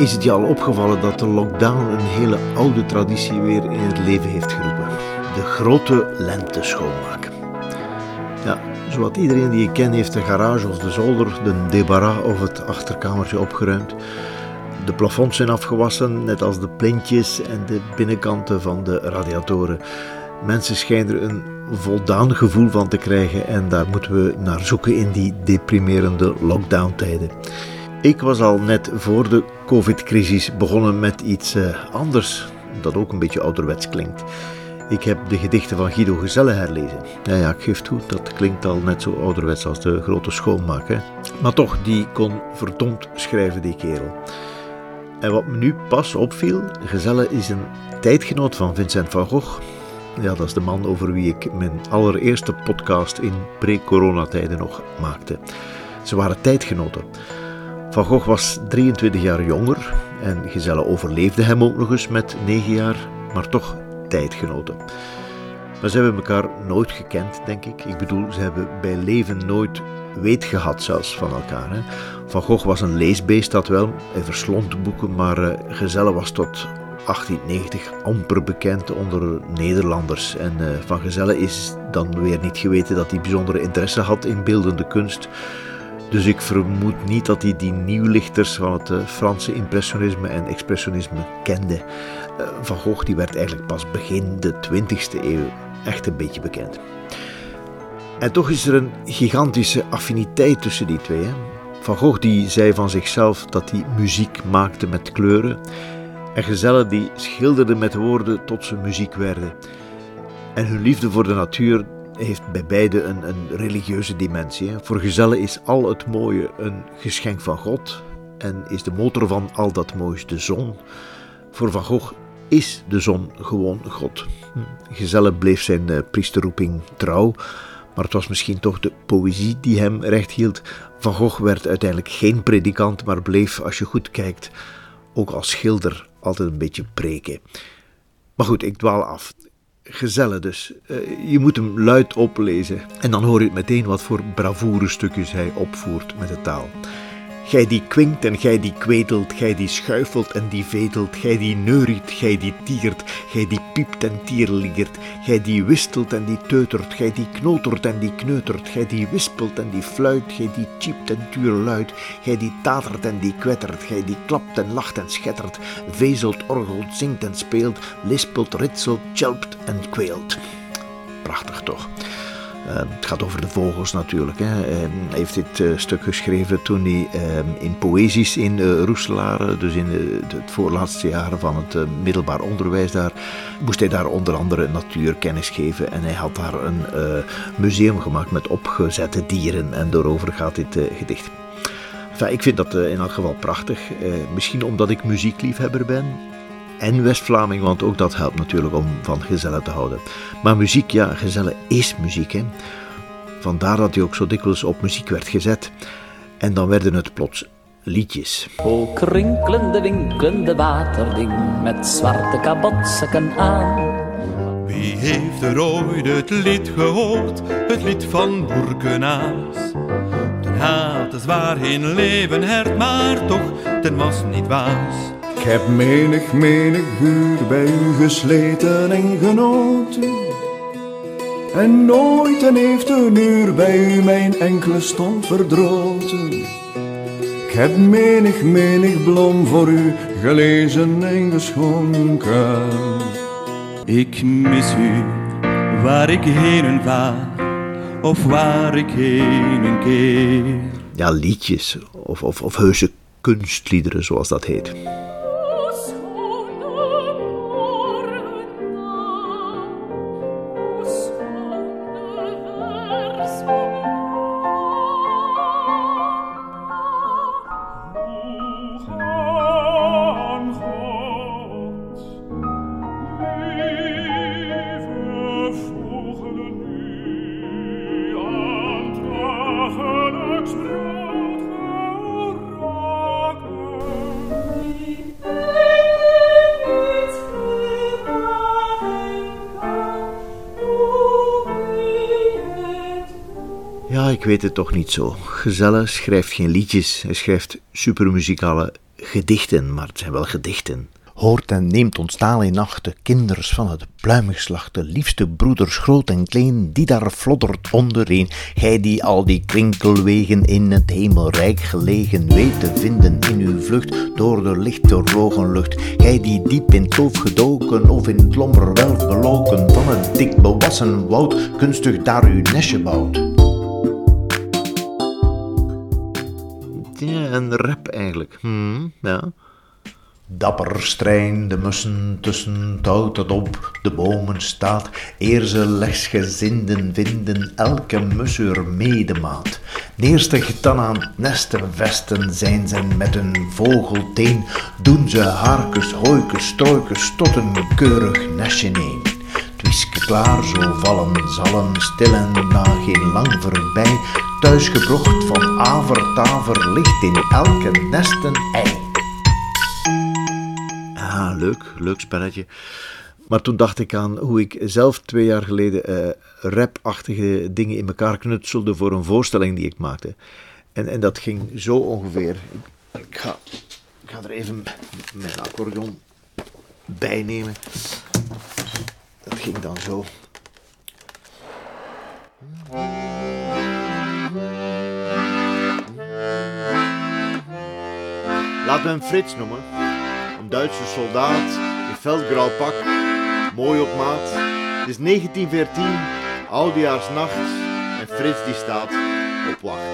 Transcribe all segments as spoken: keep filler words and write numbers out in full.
Is het je al opgevallen dat de lockdown een hele oude traditie weer in het leven heeft geroepen? De grote lenteschoonmaak. Ja, zowat iedereen die je kent heeft de garage of de zolder, de débarras of het achterkamertje opgeruimd. De plafonds zijn afgewassen, net als de plintjes en de binnenkанten van de radiatoren. Mensen schijnen er een voldaan gevoel van te krijgen en daar moeten we naar zoeken in die deprimerende lockdown-tijden. Ik was al net voor de covid-crisis begonnen met iets uh, anders, dat ook een beetje ouderwets klinkt. Ik heb de gedichten van Guido Gezelle herlezen. Ja, ja, ik geef toe, dat klinkt al net zo ouderwets als de grote schoonmaak. Hè? Maar toch, die kon verdomd schrijven, die kerel. En wat me nu pas opviel, Gezelle is een tijdgenoot van Vincent van Gogh. Ja, dat is de man over wie ik mijn allereerste podcast in pre-coronatijden nog maakte. Ze waren tijdgenoten. Van Gogh was drieëntwintig jaar jonger en Gezelle overleefde hem ook nog eens met negen jaar, maar toch tijdgenoten. Maar ze hebben elkaar nooit gekend, denk ik. Ik bedoel, ze hebben bij leven nooit weet gehad zelfs van elkaar. Hè. Van Gogh was een leesbeest, dat wel. Hij verslond boeken, maar uh, Gezelle was tot achttienhonderdnegentig amper bekend onder Nederlanders. En uh, van Gezelle is dan weer niet geweten dat hij bijzondere interesse had in beeldende kunst. Dus ik vermoed niet dat hij die nieuwlichters van het uh, Franse impressionisme en expressionisme kende. Uh, Van Gogh die werd eigenlijk pas begin de twintigste eeuw echt een beetje bekend. En toch is er een gigantische affiniteit tussen die twee. Hè? Van Gogh die zei van zichzelf dat hij muziek maakte met kleuren. En Gezelle die schilderde met woorden tot ze muziek werden. En hun liefde voor de natuur heeft bij beide een, een religieuze dimensie. Hè. Voor Gezelle is al het mooie een geschenk van God en is de motor van al dat moois de zon. Voor Van Gogh is de zon gewoon God. Gezelle bleef zijn uh, priesterroeping trouw, maar het was misschien toch de poëzie die hem recht hield. Van Gogh werd uiteindelijk geen predikant, maar bleef, als je goed kijkt, ook als schilder altijd een beetje preken. Maar goed, ik dwaal af. Gezelle dus. Uh, je moet hem luid oplezen en dan hoor je meteen wat voor bravoure-stukjes hij opvoert met de taal. Gij die kwinkt en gij die kwetelt, gij die schuifelt en die vetelt, gij die neuriet, gij die tiert, gij die piept en tierliert, gij die wistelt en die teutert, gij die knotert en die kneutert, gij die wispelt en die fluit, gij die tjiept en tuurluidt, gij die tatert en die kwettert, gij die klapt en lacht en schettert, vezelt, orgelt, zingt en speelt, lispelt, ritselt, tjelpt en kweelt. Prachtig toch? Uh, het gaat over de vogels natuurlijk. Hè. Uh, hij heeft dit uh, stuk geschreven toen hij uh, in poëzies in uh, Roeselare, dus in uh, het voorlaatste jaren van het uh, middelbaar onderwijs daar, moest hij daar onder andere natuurkennis geven en hij had daar een uh, museum gemaakt met opgezette dieren en daarover gaat dit uh, gedicht. Enfin, ik vind dat uh, in elk geval prachtig, uh, misschien omdat ik muziekliefhebber ben. En West-Vlaming, want ook dat helpt natuurlijk om van Gezelle te houden. Maar muziek, ja, Gezelle is muziek, hè. Vandaar dat hij ook zo dikwijls op muziek werd gezet. En dan werden het plots liedjes. O krinkelende, winkelende waterding met zwarte kabotsekken aan. Wie heeft er ooit het lied gehoord, het lied van Boerkenaars? Toen had het zwaar geen leven hert, maar toch, ten was niet waas. Ik heb menig, menig uur bij u gesleten en genoten. En nooit en heeft een uur bij u mijn enkele stond verdroten. Ik heb menig, menig blom voor u gelezen en geschonken. Ik mis u waar ik heen vaar, of waar ik heen keer. Ja, liedjes, of, of, of heuse kunstliederen zoals dat heet. Ja, ik weet het toch niet zo. Gezelle schrijft geen liedjes, hij schrijft supermuzikale gedichten, maar het zijn wel gedichten. Hoort en neemt ons taal in acht, de kinders van het pluimigslacht, de liefste broeders groot en klein, die daar floddert ondereen. Gij die al die krinkelwegen in het hemelrijk gelegen weet te vinden in uw vlucht door de licht doorvlogen lucht. Gij die diep in het loof gedoken of in het lommerwelf beloken van het dik bewassen woud, kunstig daar uw nestje bouwt. Ja, een rap eigenlijk. Hmm, ja. Dapper strijden de mussen tussen het hout dat op de bomen staat, eer ze lesgezinden vinden elke musser medemaat. Neerstig dan aan het nesten vesten zijn ze met een vogelteen, doen ze harkes, hooikes, strooikes tot een keurig nestje heen. Twiske klaar, zo vallen zallen stillen na geen lang voorbij, thuisgebrocht van aver-taver ligt in elke nest een ei. Ah, leuk, leuk spelletje. Maar toen dacht ik aan hoe ik zelf twee jaar geleden uh, rapachtige dingen in elkaar knutselde voor een voorstelling die ik maakte. En, en dat ging zo ongeveer. Ik, ik, ga, ik ga er even mijn accordeon bij nemen. Dat ging dan zo. Laat me hem Frits noemen. Een Duitse soldaat in veldgrauw pak, mooi op maat. Het is negentien veertien, oudejaarsnacht en Frits die staat op wacht.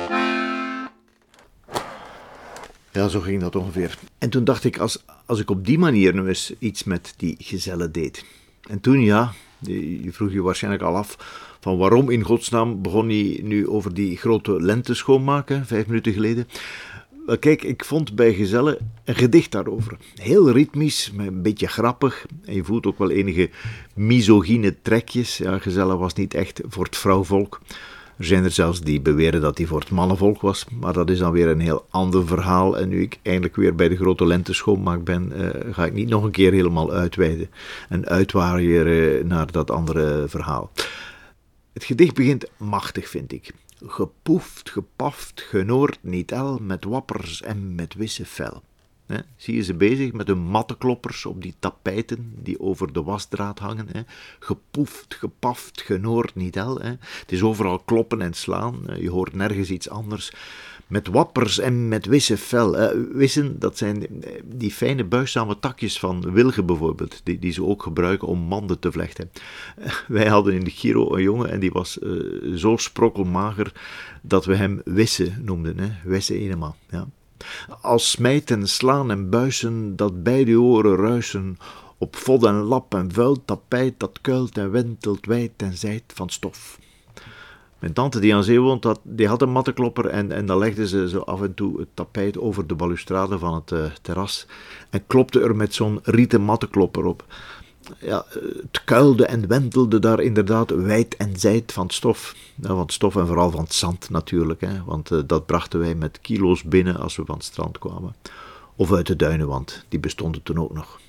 Ja, zo ging dat ongeveer. En toen dacht ik, als, als ik op die manier nu eens iets met die gezellen deed. En toen ja, je vroeg je waarschijnlijk al af van waarom in godsnaam begon hij nu over die grote lente schoonmaken, vijf minuten geleden. Wel, kijk, ik vond bij gezellen een gedicht daarover. Heel ritmisch, maar een beetje grappig. En je voelt ook wel enige misogyne trekjes. Ja, gezellen was niet echt voor het vrouwvolk. Er zijn er zelfs die beweren dat hij voor het mannenvolk was. Maar dat is dan weer een heel ander verhaal. En nu ik eindelijk weer bij de grote lente schoonmaak ben, uh, ga ik niet nog een keer helemaal uitweiden. En uitwaaieren naar dat andere verhaal. Het gedicht begint machtig, vind ik. Gepoefd, gepaft, genoord niet el, met wappers en met wisse vel. He, zie je ze bezig met hun mattekloppers op die tapijten die over de wasdraad hangen. He. Gepoefd, gepaft, genoord niet el. He. Het is overal kloppen en slaan, je hoort nergens iets anders. Met wappers en met wisse vel. Uh, wissen, dat zijn die fijne buigzame takjes van wilgen bijvoorbeeld, die, die ze ook gebruiken om manden te vlechten. Uh, wij hadden in de Giro een jongen en die was uh, zo sprokkelmager dat we hem Wisse noemden. Hè? Wisse Enema, ja. Als smijten, slaan en buisen, dat beide oren ruisen, op vod en lap en vuil tapijt, dat kuilt en wentelt wijd en zijd van stof. Mijn tante die aan zee woont, dat, die had een mattenklopper en, en dan legde ze zo af en toe het tapijt over de balustrade van het uh, terras en klopte er met zo'n rieten mattenklopper op. Ja, het kuilde en wentelde daar inderdaad wijd en zijd van stof. Ja, van stof en vooral van het zand natuurlijk, hè, want uh, dat brachten wij met kilo's binnen als we van het strand kwamen. Of uit de duinen, want die bestonden toen ook nog.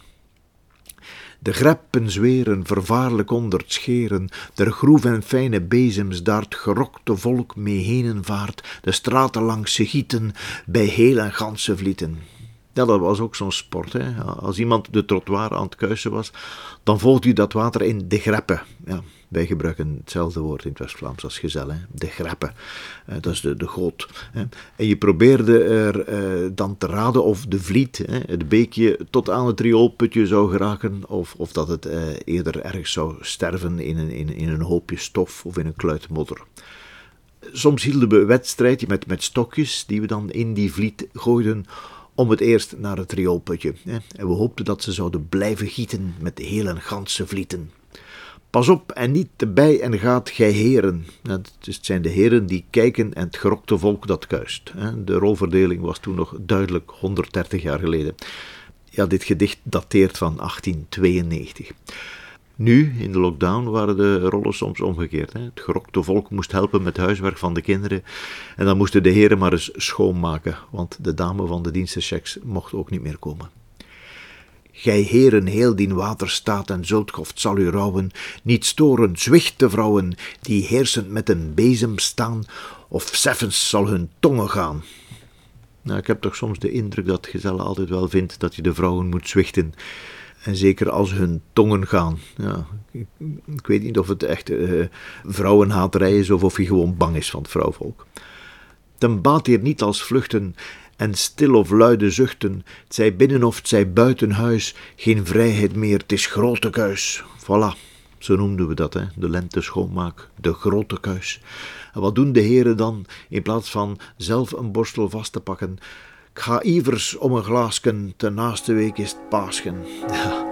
De greppen zweren, vervaarlijk onder het scheren, der groef en fijne bezems daar het gerokte volk mee henen vaart, de straten langs ze gieten, bij heel en ganse vlieten. Ja, dat was ook zo'n sport, hè. Als iemand de trottoir aan het kuisen was, dan volgt u dat water in de greppen. Ja, wij gebruiken hetzelfde woord in het West-Vlaams als gezel, hè. De greppen. Uh, dat is de, de goot. Hè. En je probeerde er uh, dan te raden of de vliet, hè, het beekje, tot aan het rioolputje zou geraken, of, of dat het uh, eerder ergens zou sterven in een, in, in een hoopje stof of in een kluit modder. Soms hielden we een wedstrijdje met, met stokjes, die we dan in die vliet gooiden, om het eerst naar het rioolputje. Hè. En we hoopten dat ze zouden blijven gieten met de hele ganse vlieten. Pas op en niet te bij en gaat gij heren. Het zijn de heren die kijken en het gerokte volk dat kuist. De rolverdeling was toen nog duidelijk honderddertig jaar geleden. Ja, dit gedicht dateert van achttien tweeënnegentig. Nu, in de lockdown, waren de rollen soms omgekeerd. Hè. Het gerokte volk moest helpen met huiswerk van de kinderen en dan moesten de heren maar eens schoonmaken, want de dame van de dienstenchecks mocht ook niet meer komen. Gij heren heel dien waterstaat en zultgoft zal u rouwen, niet storen, zwicht de vrouwen, die heersend met een bezem staan, of zeffens zal hun tongen gaan. Nou, ik heb toch soms de indruk dat Gezelle altijd wel vindt dat je de vrouwen moet zwichten. En zeker als hun tongen gaan. Ja, ik, ik weet niet of het echt uh, vrouwenhaterij is of of hij gewoon bang is van het vrouwvolk. Ten baat hier niet als vluchten en stil of luide zuchten. Het zij binnen of het zij buiten huis, geen vrijheid meer, het is grote kuis. Voilà, zo noemden we dat, hè? De lente schoonmaak, de grote kuis. En wat doen de heren dan, in plaats van zelf een borstel vast te pakken? Ik ga ivers om een glaasken, ten naaste week is het Paschen. Ja.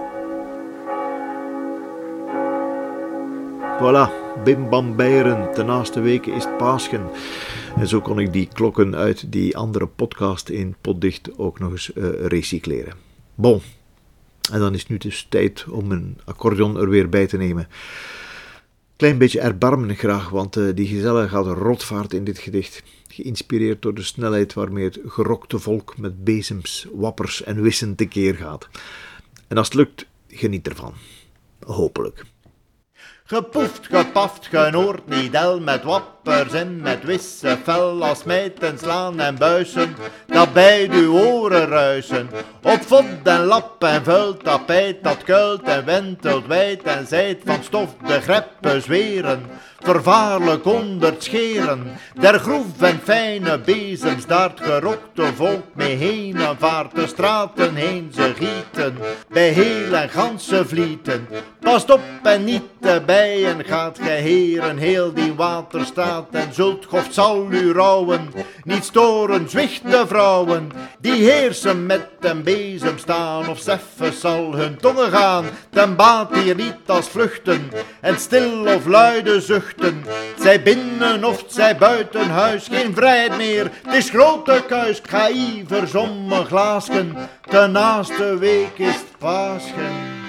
Voilà, bim bam beieren, ten naaste week is het Paschen. En zo kon ik die klokken uit die andere podcast in Potdicht ook nog eens uh, recycleren. Bon, en dan is het nu dus tijd om een accordeon er weer bij te nemen. Klein beetje erbarmen graag, want uh, die Gezelle gaat rotvaart in dit gedicht. Geïnspireerd door de snelheid waarmee het gerokte volk met bezems, wappers en wissen tekeer gaat. En als het lukt, geniet ervan. Hopelijk. Gepoefd, gepaft, genoord, niet el met wappers en met wissen, fel als mijten slaan en buisen, dat bij uw oren ruisen. Op vod en lap en vuil tapijt, dat kuilt en wentelt wijd en zijt van stof de greppen zweren. Vervaarlijk onder het scheren, der groef en fijne bezems, daar het gerokte volk mee heen en vaart de straten heen ze gieten, bij heel en ganse vlieten. Past op en niet te bijen, gaat gij heren heel die waterstaat en zult goft zal u rouwen, niet storen zwicht de vrouwen, die heersen met den bezem staan, of zeffen zal hun tongen gaan, ten baat hier niet als vluchten, en stil of luide zuchten. Zij binnen of zij buiten huis, geen vrijheid meer, het is grote kuis, ik ga ivers om een glaasken, ten naaste week is het Paschen.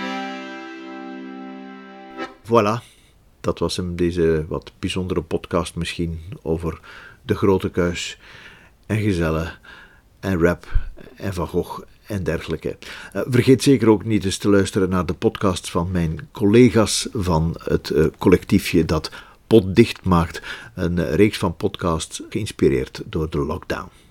Voilà, dat was hem, deze wat bijzondere podcast misschien over de grote kuis en Gezelle en rap en Van Gogh en dergelijke. Uh, vergeet zeker ook niet eens te luisteren naar de podcasts van mijn collega's van het uh, collectiefje dat Potdicht maakt, een uh, reeks van podcasts geïnspireerd door de lockdown.